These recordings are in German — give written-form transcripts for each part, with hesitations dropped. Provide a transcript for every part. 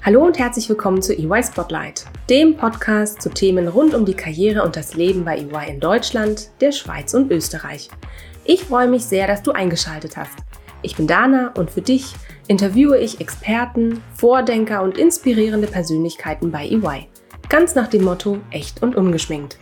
Hallo und herzlich willkommen zu EY Spotlight, dem Podcast zu Themen rund um die Karriere und das Leben bei EY in Deutschland, der Schweiz und Österreich. Ich freue mich sehr, dass du eingeschaltet hast. Ich bin Dana und für dich interviewe ich Experten, Vordenker und inspirierende Persönlichkeiten bei EY. Ganz nach dem Motto: echt und ungeschminkt.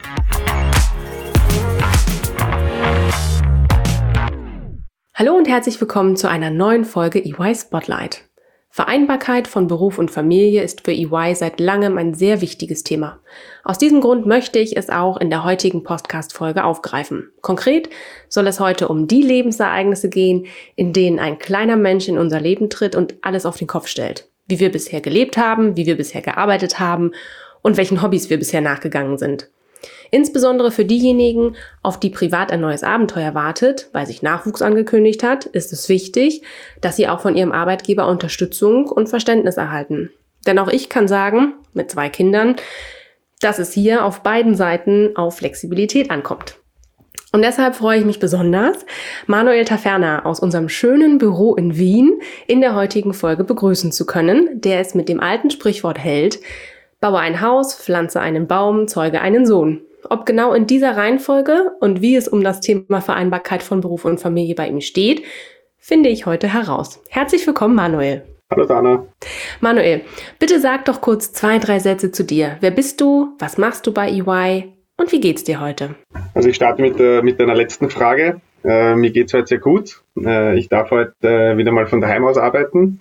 Hallo und herzlich willkommen zu einer neuen Folge EY Spotlight. Vereinbarkeit von Beruf und Familie ist für EY seit langem ein sehr wichtiges Thema. Aus diesem Grund möchte ich es auch in der heutigen Podcast-Folge aufgreifen. Konkret soll es heute um die Lebensereignisse gehen, in denen ein kleiner Mensch in unser Leben tritt und alles auf den Kopf stellt. Wie wir bisher gelebt haben, wie wir bisher gearbeitet haben und welchen Hobbys wir bisher nachgegangen sind. Insbesondere für diejenigen, auf die privat ein neues Abenteuer wartet, weil sich Nachwuchs angekündigt hat, ist es wichtig, dass sie auch von ihrem Arbeitgeber Unterstützung und Verständnis erhalten. Denn auch ich kann sagen, mit 2 Kindern, dass es hier auf beiden Seiten auf Flexibilität ankommt. Und deshalb freue ich mich besonders, Manuel Taferner aus unserem schönen Büro in Wien in der heutigen Folge begrüßen zu können, der es mit dem alten Sprichwort hält: Baue ein Haus, pflanze einen Baum, zeuge einen Sohn. Ob genau in dieser Reihenfolge und wie es um das Thema Vereinbarkeit von Beruf und Familie bei ihm steht, finde ich heute heraus. Herzlich willkommen, Manuel. Hallo Dana. Manuel, bitte sag doch kurz 2, 3 Sätze zu dir. Wer bist du? Was machst du bei EY? Und wie geht's dir heute? Also ich starte mit deiner letzten Frage. Mir geht's heute sehr gut. Ich darf heute wieder mal von daheim aus arbeiten.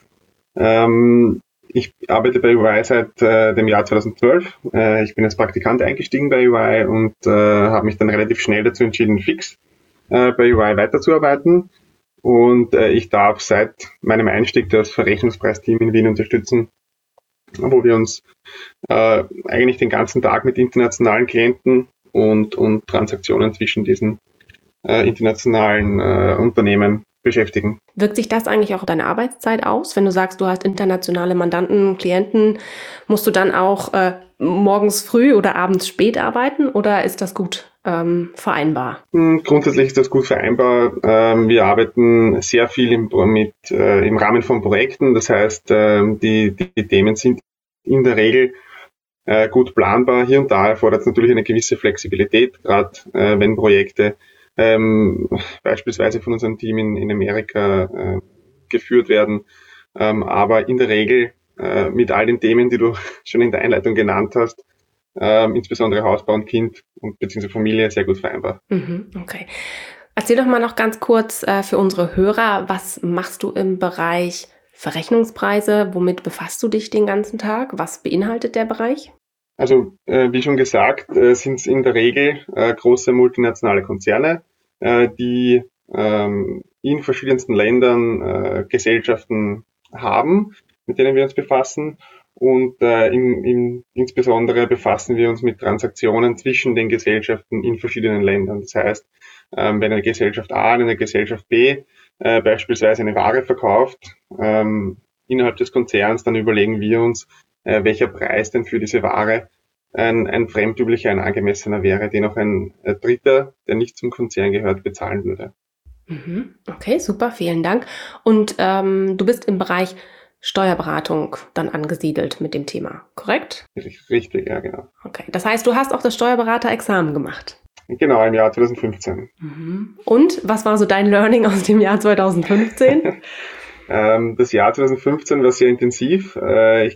Ich arbeite bei EY seit dem Jahr 2012. Ich bin als Praktikant eingestiegen bei EY und habe mich dann relativ schnell dazu entschieden, fix bei EY weiterzuarbeiten. Und ich darf seit meinem Einstieg das Verrechnungspreisteam in Wien unterstützen, wo wir uns eigentlich den ganzen Tag mit internationalen Klienten und Transaktionen zwischen diesen internationalen Unternehmen beschäftigen. Wirkt sich das eigentlich auch auf deine Arbeitszeit aus? Wenn du sagst, du hast internationale Mandanten, Klienten, musst du dann auch morgens früh oder abends spät arbeiten oder ist das gut vereinbar? Grundsätzlich ist das gut vereinbar. Wir arbeiten sehr viel im Rahmen von Projekten. Das heißt, die Themen sind in der Regel gut planbar. Hier und da erfordert es natürlich eine gewisse Flexibilität, gerade wenn Projekte beispielsweise von unserem Team in Amerika geführt werden. Aber in der Regel mit all den Themen, die du schon in der Einleitung genannt hast, insbesondere Hausbau und Kind und beziehungsweise Familie, sehr gut vereinbar. Okay. Erzähl doch mal noch ganz kurz für unsere Hörer, was machst du im Bereich Verrechnungspreise? Womit befasst du dich den ganzen Tag? Was beinhaltet der Bereich? Also wie schon gesagt, sind es in der Regel große multinationale Konzerne, die in verschiedensten Ländern Gesellschaften haben, mit denen wir uns befassen. Und insbesondere befassen wir uns mit Transaktionen zwischen den Gesellschaften in verschiedenen Ländern. Das heißt, wenn eine Gesellschaft A an eine Gesellschaft B beispielsweise eine Ware verkauft innerhalb des Konzerns, dann überlegen wir uns, welcher Preis denn für diese Ware ein fremdüblicher, ein angemessener wäre, den auch ein Dritter, der nicht zum Konzern gehört, bezahlen würde. Okay, super, vielen Dank. Und du bist im Bereich Steuerberatung dann angesiedelt mit dem Thema, korrekt? Richtig, ja, genau. Okay, das heißt, du hast auch das Steuerberater-Examen gemacht? Genau, im Jahr 2015. Und was war so dein Learning aus dem Jahr 2015? Das Jahr 2015 war sehr intensiv. Der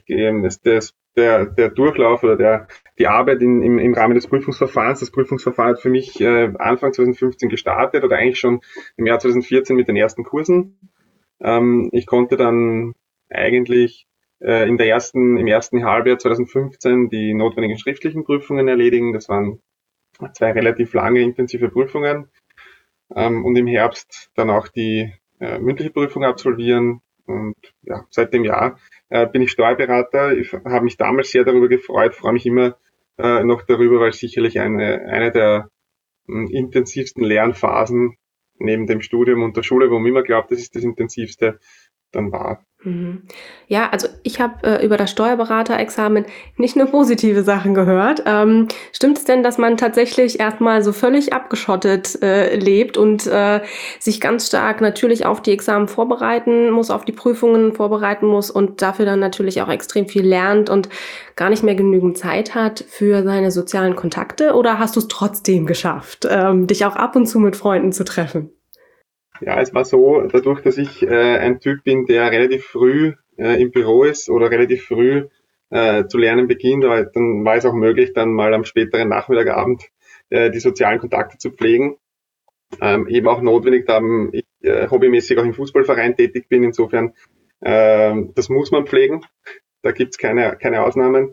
Durchlauf oder die Arbeit im Rahmen des Prüfungsverfahrens. Das Prüfungsverfahren hat für mich Anfang 2015 gestartet oder eigentlich schon im Jahr 2014 mit den ersten Kursen. Ich konnte dann eigentlich im ersten Halbjahr 2015 die notwendigen schriftlichen Prüfungen erledigen. Das waren 2 relativ lange, intensive Prüfungen. Und im Herbst dann auch die mündliche Prüfung absolvieren. Und ja, seit dem Jahr bin ich Steuerberater. Ich habe mich damals sehr darüber gefreut, freue mich immer noch darüber, weil es sicherlich eine der intensivsten Lernphasen neben dem Studium und der Schule, wo man immer glaubt, das ist das Intensivste, dann war. Mhm. Ja, also ich habe über das Steuerberaterexamen nicht nur positive Sachen gehört. Stimmt es denn, dass man tatsächlich erstmal so völlig abgeschottet lebt und sich ganz stark natürlich auf die Examen vorbereiten muss, auf die Prüfungen vorbereiten muss und dafür dann natürlich auch extrem viel lernt und gar nicht mehr genügend Zeit hat für seine sozialen Kontakte? Oder hast du es trotzdem geschafft, dich auch ab und zu mit Freunden zu treffen? Ja, es war so, dadurch, dass ich ein Typ bin, der relativ früh im Büro ist oder relativ früh zu lernen beginnt, dann war es auch möglich, dann mal am späteren Nachmittagabend die sozialen Kontakte zu pflegen. Eben auch notwendig, da ich hobbymäßig auch im Fußballverein tätig bin. Insofern, das muss man pflegen. Da gibt's keine Ausnahmen.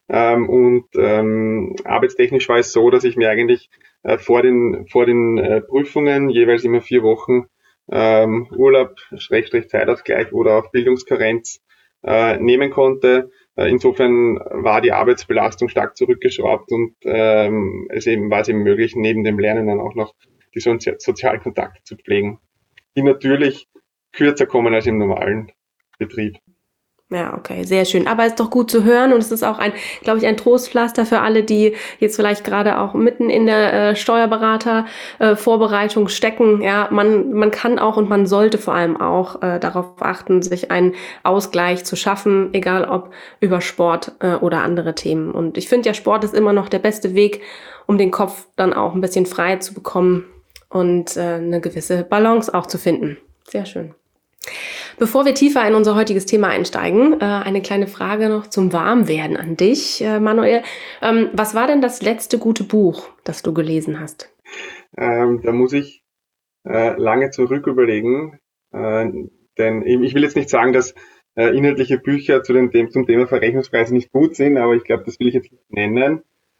Arbeitstechnisch war es so, dass ich mir eigentlich vor den Prüfungen jeweils immer 4 Wochen Urlaub, Schrägstrich Zeitausgleich oder auch Bildungskarenz nehmen konnte. Insofern war die Arbeitsbelastung stark zurückgeschraubt und war es eben möglich, neben dem Lernen dann auch noch die sozialen Kontakte zu pflegen, die natürlich kürzer kommen als im normalen Betrieb. Ja, okay, sehr schön. Aber es ist doch gut zu hören und es ist auch glaube ich, ein Trostpflaster für alle, die jetzt vielleicht gerade auch mitten in der Steuerberater-Vorbereitung stecken. Ja, man kann auch und man sollte vor allem auch darauf achten, sich einen Ausgleich zu schaffen, egal ob über Sport oder andere Themen. Und ich finde ja, Sport ist immer noch der beste Weg, um den Kopf dann auch ein bisschen frei zu bekommen und eine gewisse Balance auch zu finden. Sehr schön. Bevor wir tiefer in unser heutiges Thema einsteigen, eine kleine Frage noch zum Warmwerden an dich, Manuel. Was war denn das letzte gute Buch, das du gelesen hast? Da muss ich lange zurück überlegen, denn ich will jetzt nicht sagen, dass inhaltliche Bücher zum Thema Verrechnungspreise nicht gut sind, aber ich glaube, das will ich jetzt nicht nennen.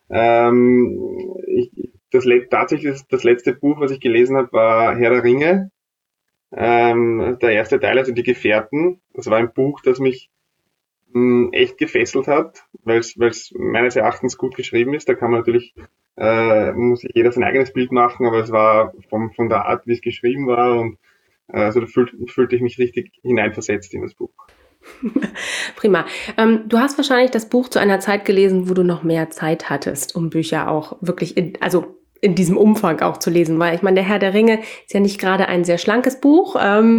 Tatsächlich das letzte Buch, was ich gelesen habe, war Herr der Ringe. Der erste Teil, also die Gefährten, das war ein Buch, das mich echt gefesselt hat, weil es meines Erachtens gut geschrieben ist. Da kann man natürlich, muss sich jeder sein eigenes Bild machen, aber es war von der Art, wie es geschrieben war und also da fühlte ich mich richtig hineinversetzt in das Buch. Prima. Du hast wahrscheinlich das Buch zu einer Zeit gelesen, wo du noch mehr Zeit hattest, um Bücher auch wirklich in diesem Umfang auch zu lesen, weil ich meine, der Herr der Ringe ist ja nicht gerade ein sehr schlankes Buch.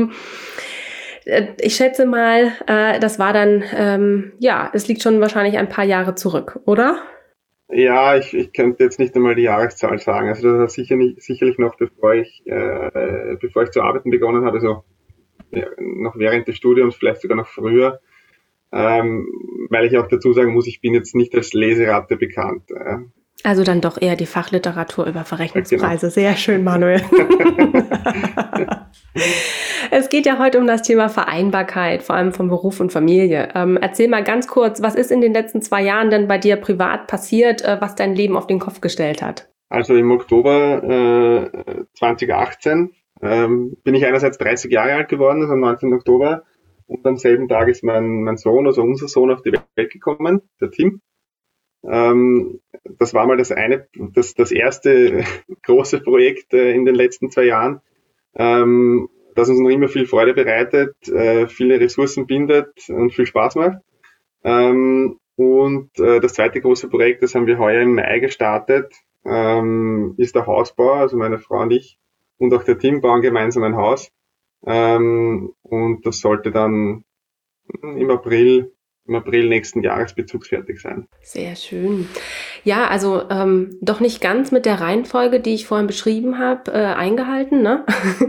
Ich schätze mal, das war dann, es liegt schon wahrscheinlich ein paar Jahre zurück, oder? Ja, ich könnte jetzt nicht einmal die Jahreszahl sagen. Also das war sicherlich noch bevor ich zu arbeiten begonnen habe, also ja, noch während des Studiums, vielleicht sogar noch früher. Weil ich auch dazu sagen muss, ich bin jetzt nicht als Leseratte bekannt. Also dann doch eher die Fachliteratur über Verrechnungspreise. Genau. Sehr schön, Manuel. Es geht ja heute um das Thema Vereinbarkeit, vor allem von Beruf und Familie. Erzähl mal ganz kurz, was ist in den letzten 2 Jahren denn bei dir privat passiert, was dein Leben auf den Kopf gestellt hat? Also im Oktober 2018 bin ich einerseits 30 Jahre alt geworden, also am 19. Oktober. Und am selben Tag ist mein Sohn, also unser Sohn, auf die Welt gekommen, der Tim. Das war mal das erste große Projekt in den letzten 2 Jahren, das uns noch immer viel Freude bereitet, viele Ressourcen bindet und viel Spaß macht. Das zweite große Projekt, das haben wir heuer im Mai gestartet, ist der Hausbau, also meine Frau und ich und auch der Tim bauen gemeinsam ein Haus. Und das sollte dann im April nächsten Jahres bezugsfertig sein. Sehr schön. Ja, also doch nicht ganz mit der Reihenfolge, die ich vorhin beschrieben habe, eingehalten. Ne?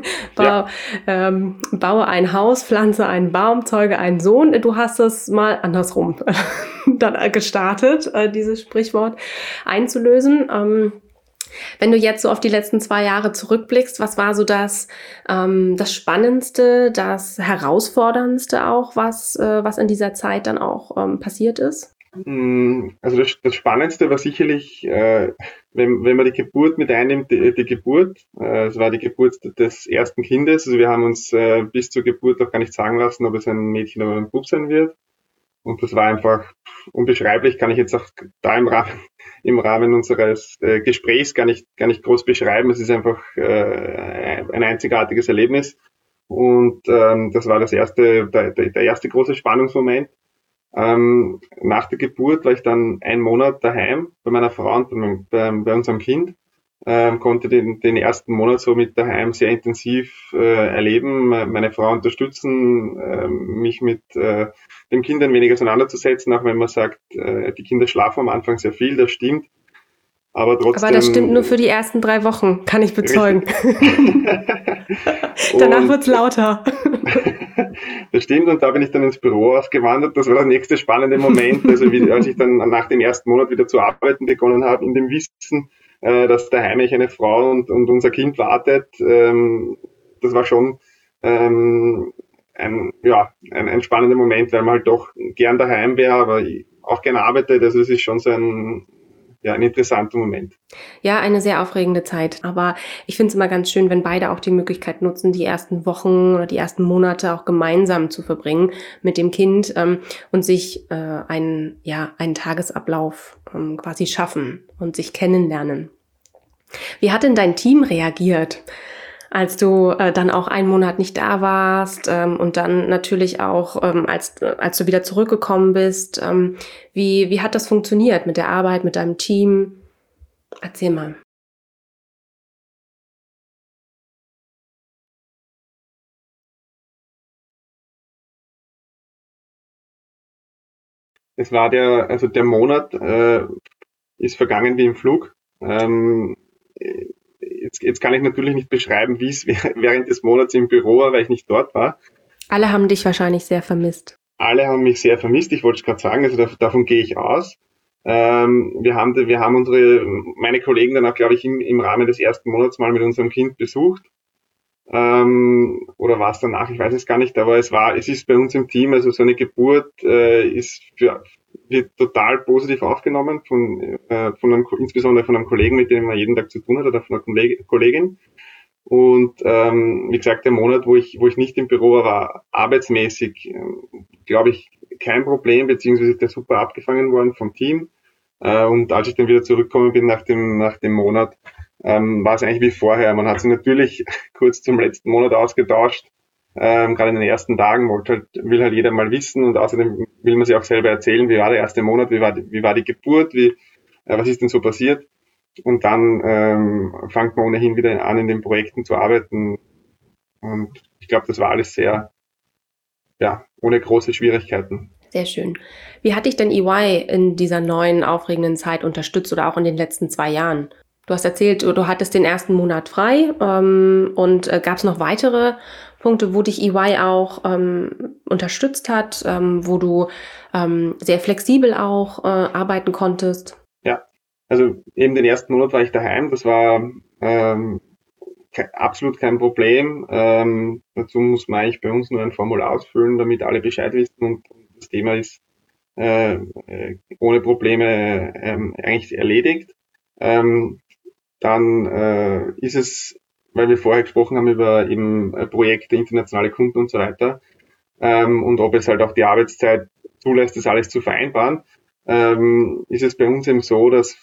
Baue ein Haus, pflanze einen Baum, zeuge einen Sohn. Du hast es mal andersrum dann gestartet, dieses Sprichwort einzulösen. Wenn du jetzt so auf die letzten 2 Jahre zurückblickst, was war so das Spannendste, das Herausforderndste auch, was in dieser Zeit dann auch passiert ist? Also das Spannendste war sicherlich, wenn man die Geburt mit einnimmt, die Geburt. Es war die Geburt des ersten Kindes. Also wir haben uns bis zur Geburt auch gar nicht sagen lassen, ob es ein Mädchen oder ein Bub sein wird. Und das war einfach unbeschreiblich, kann ich jetzt auch da im Rahmen unseres Gesprächs gar nicht groß beschreiben. Es ist einfach ein einzigartiges Erlebnis. Und das war der erste große Spannungsmoment. Nach der Geburt war ich dann 1 Monat daheim bei meiner Frau und bei unserem Kind. Konnte den ersten Monat somit daheim sehr intensiv erleben, meine Frau unterstützen, mich mit den Kindern wenig auseinanderzusetzen, auch wenn man sagt, die Kinder schlafen am Anfang sehr viel, das stimmt. Aber trotzdem. Aber das stimmt nur für die ersten 3 Wochen, kann ich bezeugen. Danach wird's lauter. Das stimmt, und da bin ich dann ins Büro ausgewandert. Das war der nächste spannende Moment. Also als ich dann nach dem ersten Monat wieder zu arbeiten begonnen habe, in dem Wissen, dass daheim ich eine Frau und unser Kind wartet, das war schon ein spannender Moment, weil man halt doch gern daheim wäre, aber auch gern arbeitet. Also es ist schon so ein interessanter Moment. Ja, eine sehr aufregende Zeit. Aber ich finde es immer ganz schön, wenn beide auch die Möglichkeit nutzen, die ersten Wochen oder die ersten Monate auch gemeinsam zu verbringen mit dem Kind und sich einen Tagesablauf quasi schaffen und sich kennenlernen. Wie hat denn dein Team reagiert, als du dann auch 1 Monat nicht da warst und dann natürlich auch, als du wieder zurückgekommen bist? Wie hat das funktioniert mit der Arbeit, mit deinem Team? Erzähl mal. Es war der Monat ist vergangen wie im Flug. Jetzt kann ich natürlich nicht beschreiben, wie es während des Monats im Büro war, weil ich nicht dort war. Alle haben dich wahrscheinlich sehr vermisst. Alle haben mich sehr vermisst, ich wollte es gerade sagen, also davon gehe ich aus. Wir haben meine Kollegen dann auch, glaube ich, im Rahmen des ersten Monats mal mit unserem Kind besucht. Oder war es danach, ich weiß es gar nicht, aber es ist bei uns im Team, also so eine Geburt wird total positiv aufgenommen insbesondere von einem Kollegen, mit dem man jeden Tag zu tun hat, oder von einer Kollegin. Und wie gesagt, der Monat, wo ich nicht im Büro war arbeitsmäßig, glaube ich, kein Problem, beziehungsweise ist der super abgefangen worden vom Team. Und als ich dann wieder zurückgekommen bin nach dem Monat, war es eigentlich wie vorher. Man hat sich natürlich kurz zum letzten Monat ausgetauscht, gerade in den ersten Tagen will halt jeder mal wissen, und außerdem will man sich auch selber erzählen, wie war der erste Monat, wie war die Geburt, was ist denn so passiert. Und dann fängt man ohnehin wieder an, in den Projekten zu arbeiten. Und ich glaube, das war alles sehr, ohne große Schwierigkeiten. Sehr schön. Wie hat dich denn EY in dieser neuen, aufregenden Zeit unterstützt oder auch in den letzten 2 Jahren? Du hast erzählt, du hattest den ersten Monat frei und gab es noch weitere Punkte, wo dich EY auch unterstützt hat, wo du sehr flexibel auch arbeiten konntest? Ja, also eben den ersten Monat war ich daheim, das war absolut kein Problem. Dazu muss man eigentlich bei uns nur ein Formular ausfüllen, damit alle Bescheid wissen, und das Thema ist ohne Probleme eigentlich erledigt. Dann ist es, weil wir vorher gesprochen haben über eben Projekte, internationale Kunden und so weiter, und ob es halt auch die Arbeitszeit zulässt, das alles zu vereinbaren, ist es bei uns eben so, dass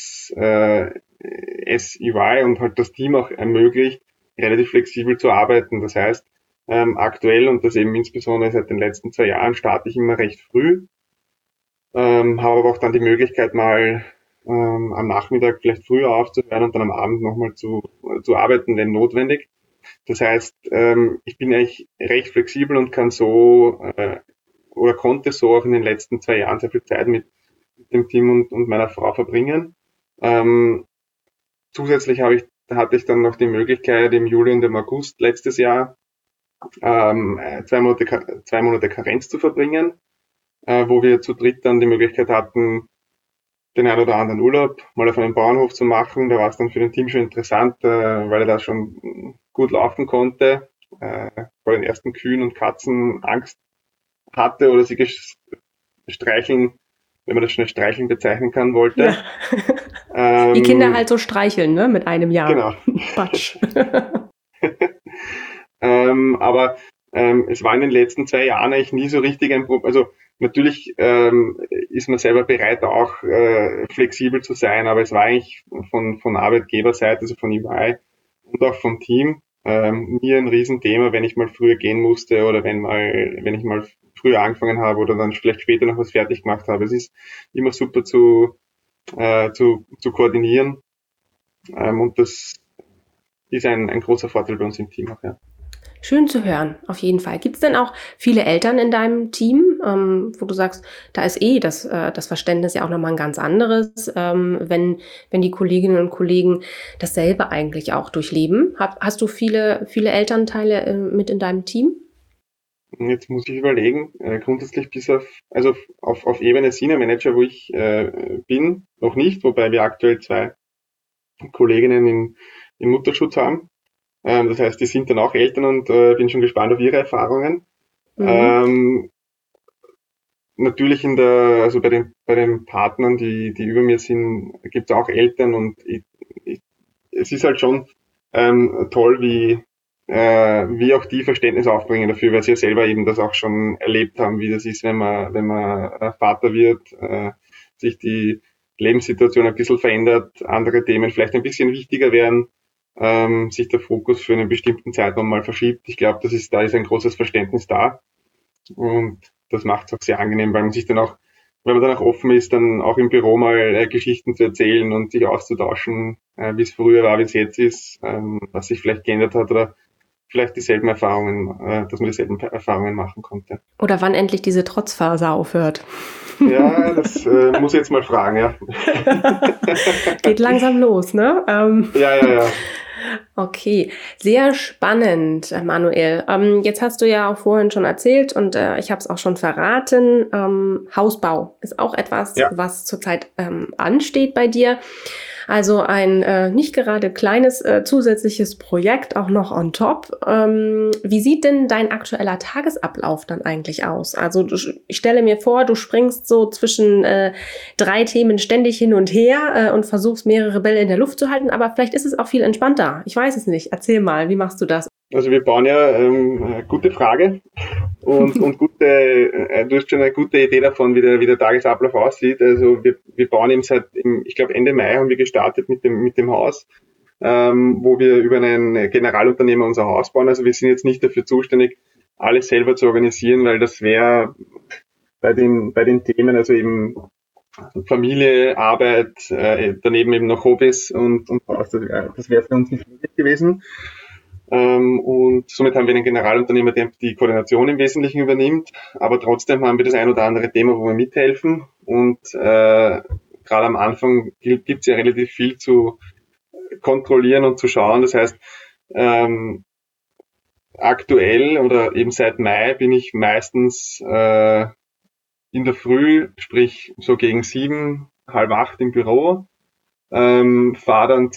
es EY und halt das Team auch ermöglicht, relativ flexibel zu arbeiten. Das heißt, aktuell, und das eben insbesondere seit den letzten 2 Jahren, starte ich immer recht früh, habe aber auch dann die Möglichkeit, mal am Nachmittag vielleicht früher aufzuhören und dann am Abend nochmal zu arbeiten, wenn notwendig. Das heißt, ich bin eigentlich recht flexibel und kann oder konnte so auch in den letzten 2 Jahren sehr viel Zeit mit dem Team und meiner Frau verbringen. Zusätzlich hatte ich dann noch die Möglichkeit, im Juli und im August letztes Jahr 2 Monate Karenz zu verbringen, wo wir zu dritt dann die Möglichkeit hatten, den einen oder anderen Urlaub mal auf einem Bauernhof zu machen. Da war es dann für den Team schon interessant, weil er da schon gut laufen konnte, vor den ersten Kühen und Katzen Angst hatte oder sie streicheln, wenn man das schon als Streicheln bezeichnen kann, wollte. Ja. Die Kinder halt so streicheln, ne, mit einem Jahr. Genau. Quatsch. Aber es war in den letzten 2 Jahren eigentlich nie so richtig ein Problem. Also natürlich ist man selber bereit, auch flexibel zu sein, aber es war eigentlich von Arbeitgeberseite, also von EY und auch vom Team, nie ein Riesenthema, wenn ich mal früher gehen musste oder wenn ich mal früher angefangen habe oder dann vielleicht später noch was fertig gemacht habe. Es ist immer super zu koordinieren, und das ist ein großer Vorteil bei uns im Team auch, ja. Schön zu hören, auf jeden Fall. Gibt es denn auch viele Eltern in deinem Team, wo du sagst, da ist das Verständnis ja auch nochmal ein ganz anderes, wenn die Kolleginnen und Kollegen dasselbe eigentlich auch durchleben? Hast du viele Elternteile mit in deinem Team? Jetzt muss ich überlegen, grundsätzlich bis auf Ebene Senior Manager, wo ich bin, noch nicht, wobei wir aktuell 2 Kolleginnen im Mutterschutz haben. Das heißt, die sind dann auch Eltern und bin schon gespannt auf ihre Erfahrungen. Mhm. Natürlich also bei den Partnern, die über mir sind, gibt es auch Eltern und es ist halt schon toll, wie auch die Verständnis aufbringen dafür, weil sie ja selber eben das auch schon erlebt haben, wie das ist, wenn man Vater wird, sich die Lebenssituation ein bisschen verändert, andere Themen vielleicht ein bisschen wichtiger werden, sich der Fokus für einen bestimmten Zeitraum mal verschiebt. Ich glaube, da ist ein großes Verständnis da und das macht es auch sehr angenehm, weil wenn man dann auch offen ist, dann auch im Büro mal Geschichten zu erzählen und sich auszutauschen, wie es früher war, wie es jetzt ist, was sich vielleicht geändert hat oder vielleicht dass man dieselben Erfahrungen machen konnte. Oder wann endlich diese Trotzphase aufhört? Ja, das muss ich jetzt mal fragen, ja. Geht langsam los, ne? Ja. Okay, sehr spannend, Manuel. Jetzt hast du ja auch vorhin schon erzählt und ich habe es auch schon verraten. Hausbau ist auch etwas, Ja. was zurzeit ansteht bei dir. Also ein nicht gerade kleines zusätzliches Projekt auch noch on top. Wie sieht denn dein aktueller Tagesablauf dann eigentlich aus? Also ich stelle mir vor, du springst so zwischen 3 Themen ständig hin und her und versuchst mehrere Bälle in der Luft zu halten, aber vielleicht ist es auch viel entspannter. Ich weiß es nicht. Erzähl mal, wie machst du das? Also wir bauen ja, gute Frage und du hast schon eine gute Idee davon, wie der Tagesablauf aussieht. Also wir bauen eben ich glaube Ende Mai haben wir gestartet mit dem Haus, wo wir über einen Generalunternehmer unser Haus bauen. Also wir sind jetzt nicht dafür zuständig, alles selber zu organisieren, weil das wäre bei den Themen, also eben Familie, Arbeit, daneben eben noch Hobbys und Haus, das wäre für uns nicht möglich gewesen. Und somit haben wir einen Generalunternehmer, der die Koordination im Wesentlichen übernimmt, aber trotzdem haben wir das ein oder andere Thema, wo wir mithelfen und gerade am Anfang gibt es ja relativ viel zu kontrollieren und zu schauen. Das heißt, aktuell oder eben seit Mai bin ich meistens in der Früh, sprich so gegen 7, halb 8 im Büro, fahre dann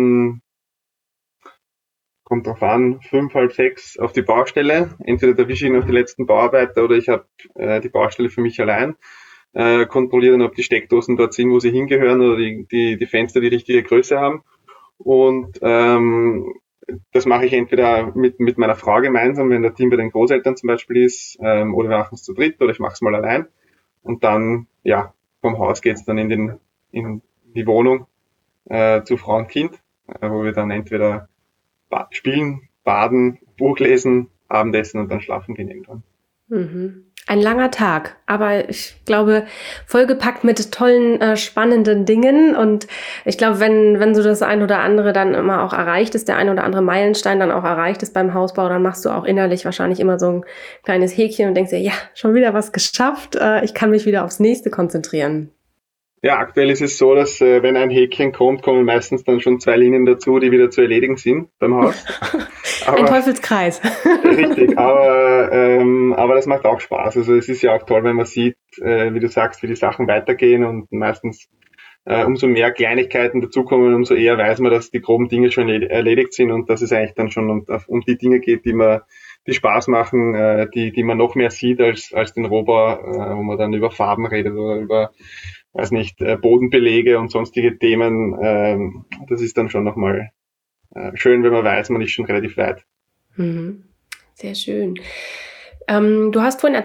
kommt drauf an, 5, halb 6 auf die Baustelle. Entweder erwische ich noch die letzten Bauarbeiter oder ich habe die Baustelle für mich allein. Kontrolliere dann, ob die Steckdosen dort sind, wo sie hingehören oder die Fenster die richtige Größe haben. Und das mache ich entweder mit meiner Frau gemeinsam, wenn der Team bei den Großeltern zum Beispiel ist, oder wir machen es zu dritt oder ich mache es mal allein. Und dann, ja, vom Haus geht's dann in die Wohnung zu Frau und Kind, wo wir dann entweder spielen, baden, Buch lesen, Abendessen und dann schlafen gehen irgendwann. Mhm. Ein langer Tag, aber ich glaube, vollgepackt mit tollen, spannenden Dingen. Und ich glaube, wenn so das ein oder andere dann immer auch erreicht ist, der ein oder andere Meilenstein dann auch erreicht ist beim Hausbau, dann machst du auch innerlich wahrscheinlich immer so ein kleines Häkchen und denkst dir, ja, schon wieder was geschafft. Ich kann mich wieder aufs nächste konzentrieren. Ja, aktuell ist es so, dass wenn ein Häkchen kommt, kommen meistens dann schon 2 Linien dazu, die wieder zu erledigen sind beim Haus. Ein Teufelskreis. Richtig, aber das macht auch Spaß. Also es ist ja auch toll, wenn man sieht, wie du sagst, wie die Sachen weitergehen und meistens umso mehr Kleinigkeiten dazukommen, umso eher weiß man, dass die groben Dinge schon erledigt sind und dass es eigentlich dann schon um die Dinge geht, die Spaß machen, die man noch mehr sieht als den Rohbau, wo man dann über Farben redet oder über, weiß nicht, Bodenbelege und sonstige Themen. Das ist dann schon nochmal schön, wenn man weiß, man ist schon relativ weit. Mhm. Sehr schön. Du hast vorhin erzählt,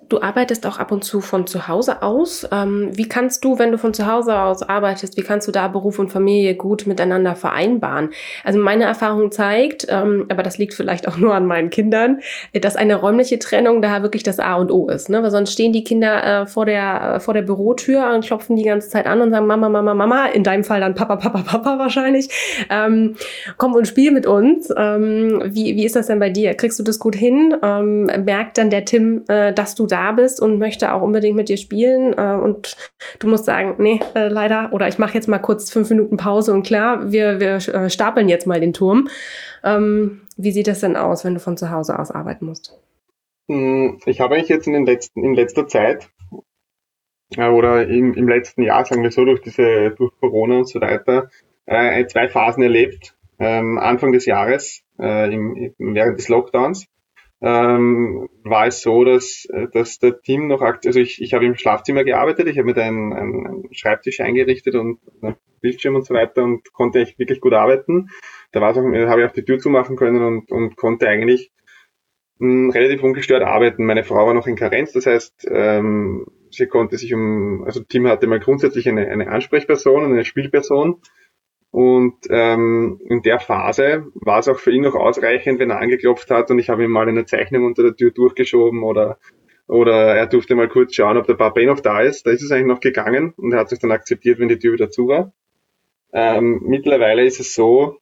Du arbeitest auch ab und zu von zu Hause aus. Wie kannst du, wenn du von zu Hause aus arbeitest, wie kannst du da Beruf und Familie gut miteinander vereinbaren? Also meine Erfahrung zeigt, aber das liegt vielleicht auch nur an meinen Kindern, dass eine räumliche Trennung da wirklich das A und O ist. Ne? Weil sonst stehen die Kinder vor der Bürotür und klopfen die ganze Zeit an und sagen Mama, Mama, Mama. In deinem Fall dann Papa, Papa, Papa wahrscheinlich. Komm und spiel mit uns. Wie ist das denn bei dir? Kriegst du das gut hin? Merkt dann der Tim, dass du da bist und möchte auch unbedingt mit dir spielen und du musst sagen, nee, leider, oder ich mache jetzt mal kurz 5 Minuten Pause und klar, wir stapeln jetzt mal den Turm. Wie sieht das denn aus, wenn du von zu Hause aus arbeiten musst? Ich habe eigentlich jetzt in letzter Zeit oder im letzten Jahr, sagen wir so, durch Corona und so weiter, 2 Phasen erlebt. Anfang des Jahres, während des Lockdowns, war es so, dass der Team noch also ich habe im Schlafzimmer gearbeitet, ich habe mit einem Schreibtisch eingerichtet und einen Bildschirm und so weiter und konnte echt wirklich gut arbeiten. Da habe ich auch die Tür zumachen können und konnte eigentlich relativ ungestört arbeiten. Meine Frau war noch in Karenz, das heißt, sie konnte sich also Team hatte mal grundsätzlich eine Ansprechperson und eine Spielperson. Und in der Phase war es auch für ihn noch ausreichend, wenn er angeklopft hat und ich habe ihm mal eine Zeichnung unter der Tür durchgeschoben oder er durfte mal kurz schauen, ob der Papa noch da ist. Da ist es eigentlich noch gegangen und er hat sich dann akzeptiert, wenn die Tür wieder zu war. Mittlerweile ist es so,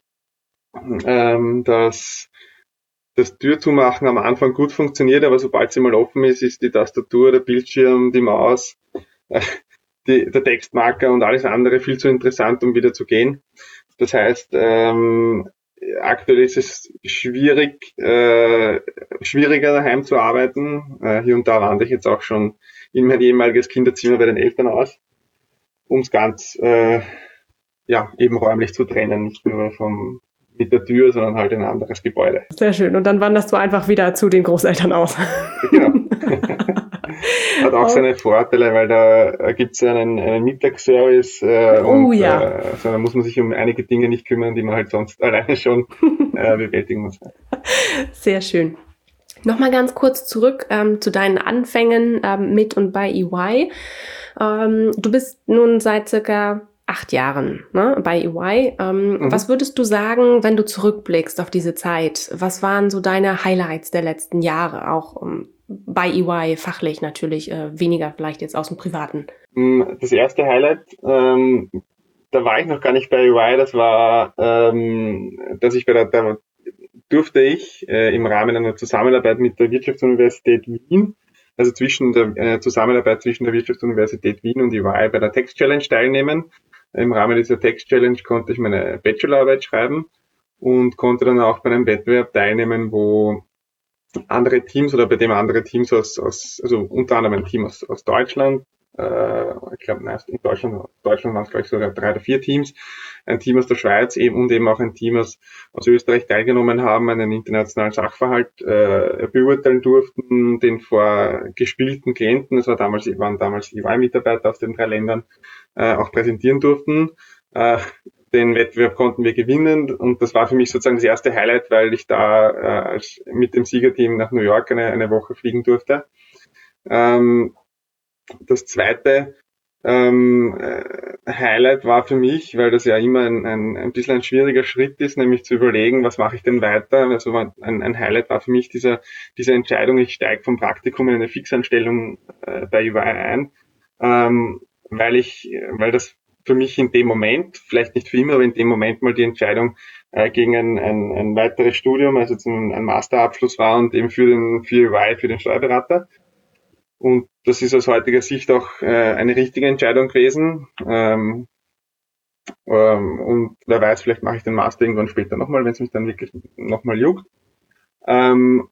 dass das Türzumachen am Anfang gut funktioniert, aber sobald sie mal offen ist, ist die Tastatur, der Bildschirm, die Maus, der Textmarker und alles andere viel zu interessant, um wieder zu gehen. Das heißt, aktuell ist es schwieriger daheim zu arbeiten. Hier und da wandere ich jetzt auch schon in mein ehemaliges Kinderzimmer bei den Eltern aus, um es ganz eben räumlich zu trennen, nicht nur mit der Tür, sondern halt in ein anderes Gebäude. Sehr schön. Und dann wanderst du einfach wieder zu den Großeltern aus. Genau. Hat auch seine Vorteile, weil da gibt es einen Mittagsservice so, da muss man sich um einige Dinge nicht kümmern, die man halt sonst alleine schon bewältigen muss. Sehr schön. Nochmal ganz kurz zurück zu deinen Anfängen mit und bei EY. Du bist nun seit circa 8 Jahren, ne, bei EY. Was würdest du sagen, wenn du zurückblickst auf diese Zeit? Was waren so deine Highlights der letzten Jahre, auch bei EY, fachlich natürlich, weniger vielleicht jetzt aus dem Privaten? Das erste Highlight, da war ich noch gar nicht bei EY, das war, dass ich da durfte ich im Rahmen einer Zusammenarbeit mit der Wirtschaftsuniversität Wien, also Zusammenarbeit zwischen der Wirtschaftsuniversität Wien und EY bei der Text Challenge teilnehmen. Im Rahmen dieser Text Challenge konnte ich meine Bachelorarbeit schreiben und konnte dann auch bei einem Wettbewerb teilnehmen, wo andere Teams oder bei dem andere Teams also unter anderem ein Team aus Deutschland, ich glaube, in Deutschland waren es gleich sogar 3 oder 4 Teams, ein Team aus der Schweiz und eben auch ein Team aus Österreich teilgenommen haben, einen internationalen Sachverhalt beurteilen durften, den vor gespielten Klienten, waren damals EY-Mitarbeiter aus den 3 Ländern, auch präsentieren durften. Den Wettbewerb konnten wir gewinnen und das war für mich sozusagen das erste Highlight, weil ich da mit dem Siegerteam nach New York eine Woche fliegen durfte. Das zweite Highlight war für mich, weil das ja immer ein bisschen ein schwieriger Schritt ist, nämlich zu überlegen, was mache ich denn weiter. Also ein Highlight war für mich diese Entscheidung, ich steige vom Praktikum in eine Fixanstellung bei EY ein, weil das für mich in dem Moment, vielleicht nicht für immer, aber in dem Moment mal die Entscheidung gegen ein weiteres Studium, also ein Masterabschluss war und eben für EY, für den Steuerberater. Und das ist aus heutiger Sicht auch eine richtige Entscheidung gewesen. Und wer weiß, vielleicht mache ich den Master irgendwann später nochmal, wenn es mich dann wirklich nochmal juckt. Dann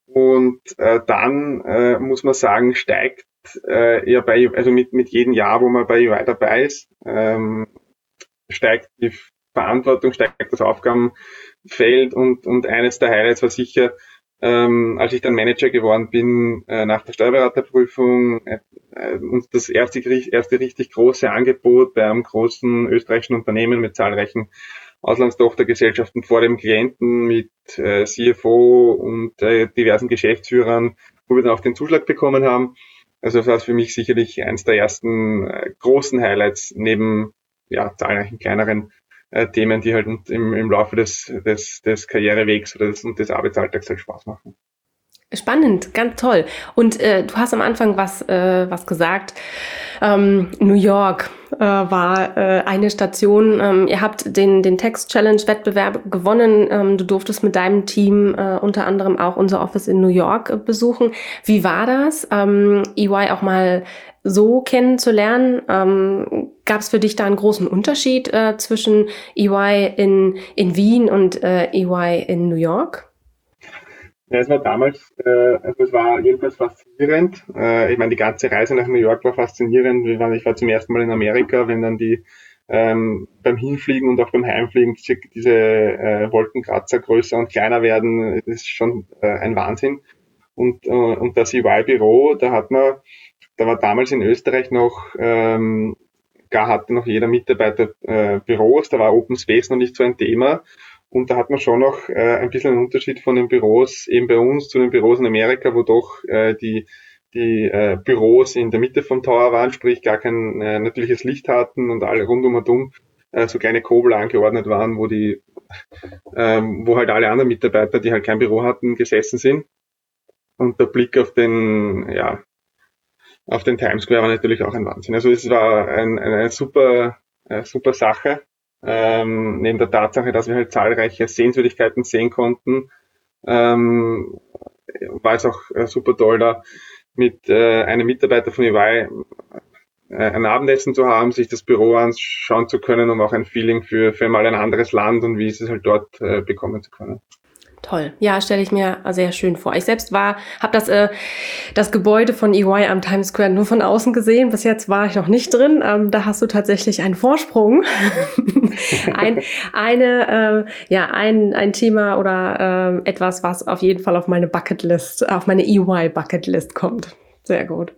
muss man sagen, steigt also mit jedem Jahr, wo man bei EY dabei ist, steigt die Verantwortung, steigt das Aufgabenfeld und eines der Highlights war sicher, als ich dann Manager geworden bin, nach der Steuerberaterprüfung, und das erste richtig große Angebot bei einem großen österreichischen Unternehmen mit zahlreichen Auslandstochtergesellschaften vor dem Klienten mit CFO und diversen Geschäftsführern, wo wir dann auch den Zuschlag bekommen haben. Also das war für mich sicherlich eines der ersten großen Highlights neben zahlreichen kleineren Themen, die halt im Laufe des Karrierewegs oder des Arbeitsalltags halt Spaß machen. Spannend, ganz toll. Und du hast am Anfang was gesagt. New York war eine Station. Ihr habt den Text-Challenge-Wettbewerb gewonnen. Du durftest mit deinem Team unter anderem auch unser Office in New York besuchen. Wie war das, EY auch mal so kennenzulernen? Gab es für dich da einen großen Unterschied zwischen EY in Wien und EY in New York? Ja, es war damals, es war jedenfalls faszinierend. Ich meine, die ganze Reise nach New York war faszinierend. Ich war zum ersten Mal in Amerika, wenn dann die beim Hinfliegen und auch beim Heimfliegen diese Wolkenkratzer größer und kleiner werden, das ist schon ein Wahnsinn. Und das EY-Büro, da war damals in Österreich noch, hatte noch jeder Mitarbeiter Büros, da war Open Space noch nicht so ein Thema. Und da hat man schon noch ein bisschen einen Unterschied von den Büros eben bei uns zu den Büros in Amerika, wo doch die Büros in der Mitte vom Tower waren, sprich gar kein natürliches Licht hatten und alle rund um und um so kleine Kobel angeordnet waren, wo halt alle anderen Mitarbeiter, die halt kein Büro hatten, gesessen sind. Und der Blick auf den Times Square war natürlich auch ein Wahnsinn. Also es war eine super Sache. Neben der Tatsache, dass wir halt zahlreiche Sehenswürdigkeiten sehen konnten, war es auch super toll, da mit einem Mitarbeiter von EY ein Abendessen zu haben, sich das Büro anschauen zu können, um auch ein Feeling für mal ein anderes Land und wie ist es halt dort bekommen zu können. Toll. Ja, stelle ich mir sehr schön vor. Ich selbst habe das Gebäude von EY am Times Square nur von außen gesehen. Bis jetzt war ich noch nicht drin. Da hast du tatsächlich einen Vorsprung. ein Thema oder etwas, was auf jeden Fall auf meine Bucketlist, auf meine EY-Bucketlist kommt. Sehr gut.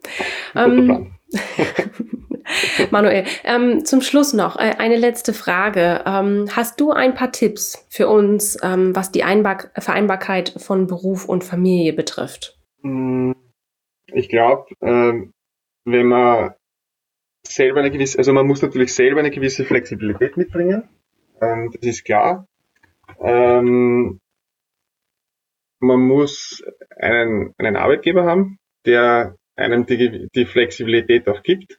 Manuel, zum Schluss noch eine letzte Frage. Hast du ein paar Tipps für uns, was die Vereinbarkeit von Beruf und Familie betrifft? Ich glaube, wenn man selber man muss natürlich selber eine gewisse Flexibilität mitbringen. Das ist klar. Man muss einen Arbeitgeber haben, der einem die Flexibilität auch gibt.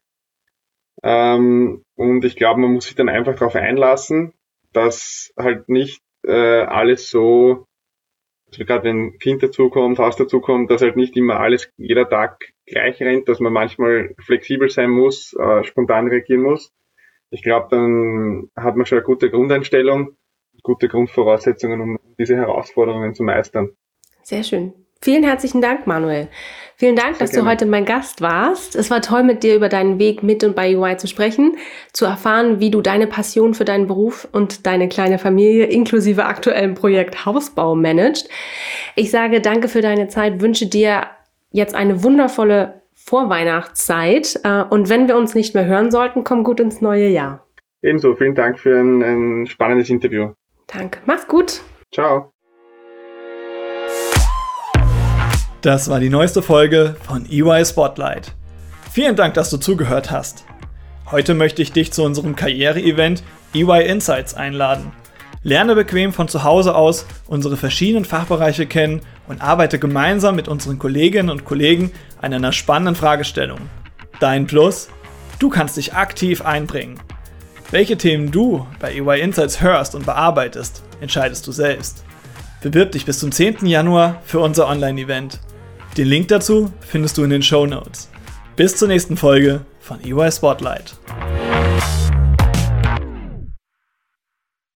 Und ich glaube, man muss sich dann einfach darauf einlassen, dass halt nicht alles so, also gerade wenn ein Kind dazukommt, Haus dazukommt, dass halt nicht immer alles jeder Tag gleich rennt, dass man manchmal flexibel sein muss, spontan reagieren muss. Ich glaube, dann hat man schon eine gute Grundeinstellung, gute Grundvoraussetzungen, um diese Herausforderungen zu meistern. Sehr schön. Vielen herzlichen Dank, Manuel. Vielen Dank, dass du heute mein Gast warst. Es war toll, mit dir über deinen Weg mit und bei EY zu sprechen, zu erfahren, wie du deine Passion für deinen Beruf und deine kleine Familie inklusive aktuellem Projekt Hausbau managst. Ich sage danke für deine Zeit, wünsche dir jetzt eine wundervolle Vorweihnachtszeit und wenn wir uns nicht mehr hören sollten, komm gut ins neue Jahr. Ebenso, vielen Dank für ein spannendes Interview. Danke, mach's gut. Ciao. Das war die neueste Folge von EY Spotlight. Vielen Dank, dass du zugehört hast. Heute möchte ich dich zu unserem Karriere-Event EY Insights einladen. Lerne bequem von zu Hause aus unsere verschiedenen Fachbereiche kennen und arbeite gemeinsam mit unseren Kolleginnen und Kollegen an einer spannenden Fragestellung. Dein Plus? Du kannst dich aktiv einbringen. Welche Themen du bei EY Insights hörst und bearbeitest, entscheidest du selbst. Bewirb dich bis zum 10. Januar für unser Online-Event. Den Link dazu findest du in den Shownotes. Bis zur nächsten Folge von EY Spotlight.